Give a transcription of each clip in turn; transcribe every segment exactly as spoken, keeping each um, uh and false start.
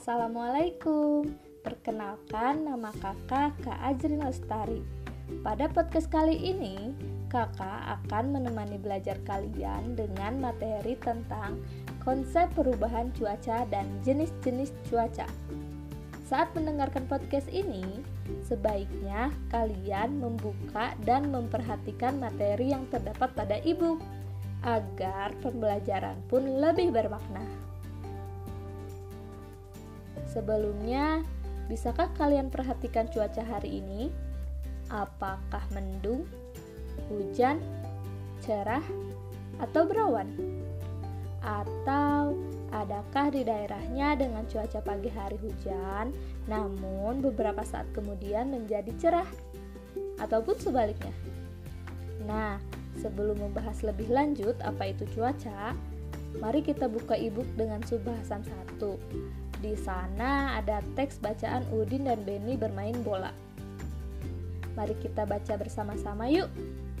Assalamualaikum. Perkenalkan, nama kakak Kak Ajrin Lestari. Pada podcast kali ini, kakak akan menemani belajar kalian dengan materi tentang konsep perubahan cuaca dan jenis-jenis cuaca. Saat mendengarkan podcast ini, sebaiknya kalian membuka dan memperhatikan materi yang terdapat pada e-book agar pembelajaran pun lebih bermakna. Sebelumnya, bisakah kalian perhatikan cuaca hari ini? Apakah mendung, hujan, cerah, atau berawan? Atau adakah di daerahnya dengan cuaca pagi hari hujan, namun beberapa saat kemudian menjadi cerah? Ataupun sebaliknya? Nah, sebelum membahas lebih lanjut apa itu cuaca, mari kita buka e-book dengan subbahasan satu. Di sana ada teks bacaan Udin dan Beni bermain bola. Mari kita baca bersama-sama yuk.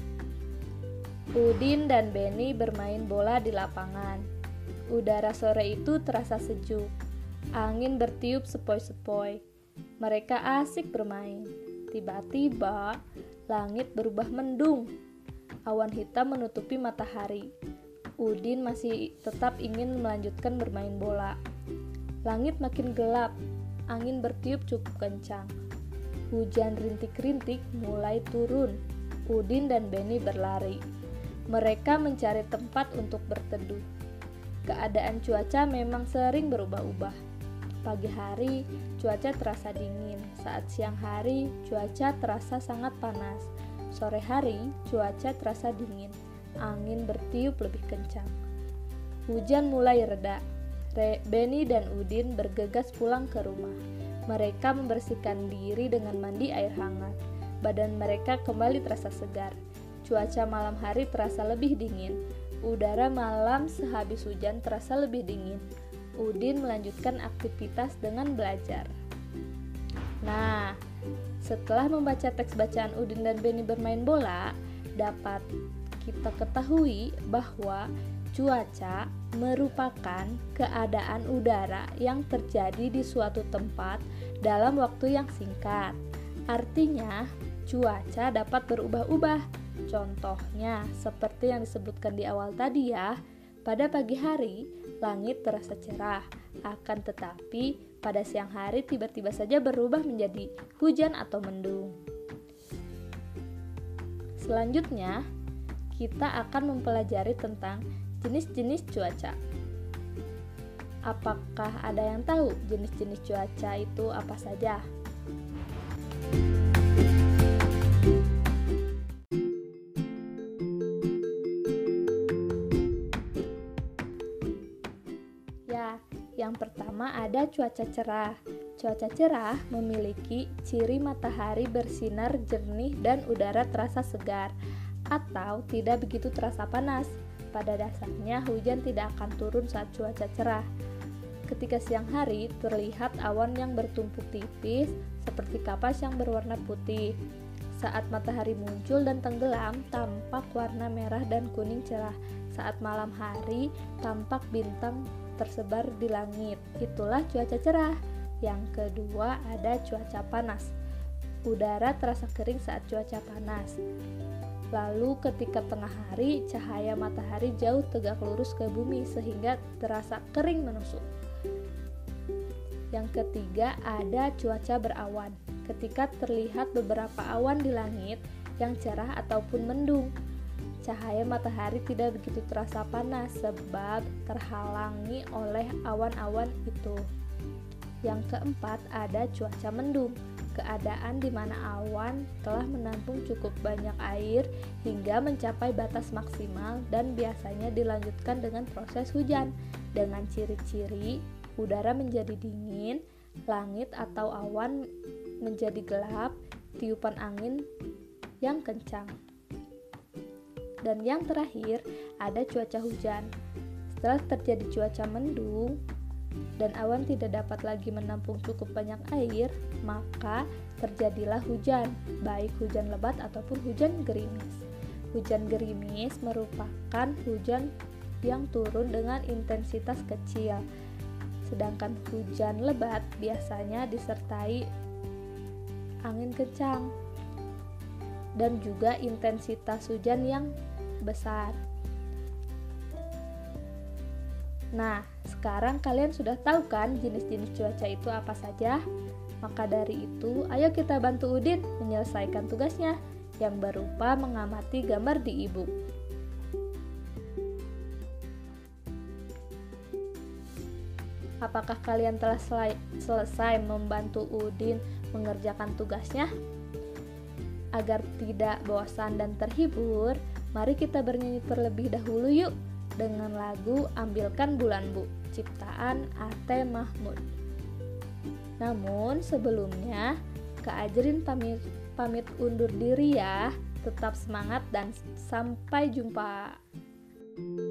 Udin dan Beni bermain bola di lapangan. Udara sore itu terasa sejuk. Angin bertiup sepoi-sepoi. Mereka asik bermain. Tiba-tiba langit berubah mendung. Awan hitam menutupi matahari. Udin masih tetap ingin melanjutkan bermain bola. Langit makin gelap, angin bertiup cukup kencang. Hujan rintik-rintik mulai turun. Udin dan Beni berlari. Mereka mencari tempat untuk berteduh. Keadaan cuaca memang sering berubah-ubah. Pagi hari, cuaca terasa dingin. Saat siang hari, cuaca terasa sangat panas. Sore hari, cuaca terasa dingin. Angin bertiup lebih kencang. Hujan mulai reda. Beni dan Udin bergegas pulang ke rumah. Mereka membersihkan diri dengan mandi air hangat. Badan mereka kembali terasa segar. Cuaca malam hari terasa lebih dingin. Udara malam sehabis hujan terasa lebih dingin. Udin melanjutkan aktivitas dengan belajar. Nah, setelah membaca teks bacaan Udin dan Beni bermain bola, dapat kita ketahui bahwa cuaca merupakan keadaan udara yang terjadi di suatu tempat dalam waktu yang singkat. Artinya, cuaca dapat berubah-ubah. Contohnya, seperti yang disebutkan di awal tadi ya, pada pagi hari, langit terasa cerah. Akan tetapi, pada siang hari tiba-tiba saja berubah menjadi hujan atau mendung. Selanjutnya, kita akan mempelajari tentang jenis-jenis cuaca. Apakah ada yang tahu jenis-jenis cuaca itu apa saja? Ya, yang pertama ada cuaca cerah. Cuaca cerah memiliki ciri matahari bersinar jernih dan udara terasa segar atau tidak begitu terasa panas. Pada dasarnya, hujan tidak akan turun saat cuaca cerah. Ketika siang hari, terlihat awan yang bertumpuk tipis seperti kapas yang berwarna putih. Saat matahari muncul dan tenggelam, tampak warna merah dan kuning cerah. Saat malam hari, tampak bintang tersebar di langit. Itulah cuaca cerah. Yang kedua, ada cuaca panas. Udara terasa kering saat cuaca panas. Lalu ketika tengah hari, cahaya matahari jauh tegak lurus ke bumi sehingga terasa kering menusuk. Yang ketiga ada cuaca berawan. Ketika terlihat beberapa awan di langit yang cerah ataupun mendung, cahaya matahari tidak begitu terasa panas sebab terhalangi oleh awan-awan itu. Yang keempat ada cuaca mendung. Keadaan di mana awan telah menampung cukup banyak air hingga mencapai batas maksimal dan biasanya dilanjutkan dengan proses hujan dengan ciri-ciri udara menjadi dingin, langit atau awan menjadi gelap, tiupan angin yang kencang. Dan yang terakhir ada cuaca hujan. Setelah terjadi cuaca mendung dan awan tidak dapat lagi menampung cukup banyak air, maka terjadilah hujan, baik hujan lebat ataupun hujan gerimis. Hujan gerimis merupakan hujan yang turun dengan intensitas kecil, sedangkan hujan lebat biasanya disertai angin kencang dan juga intensitas hujan yang besar. Nah, sekarang kalian sudah tahu kan jenis-jenis cuaca itu apa saja? Maka dari itu, ayo kita bantu Udin menyelesaikan tugasnya yang berupa mengamati gambar di e-book. Apakah kalian telah selesai membantu Udin mengerjakan tugasnya? Agar tidak bosan dan terhibur, mari kita bernyanyi terlebih dahulu yuk dengan lagu Ambilkan Bulan Bu, ciptaan A T Mahmud. Namun sebelumnya, Kak Ajrin pamit, pamit undur diri ya. Tetap semangat dan sampai jumpa.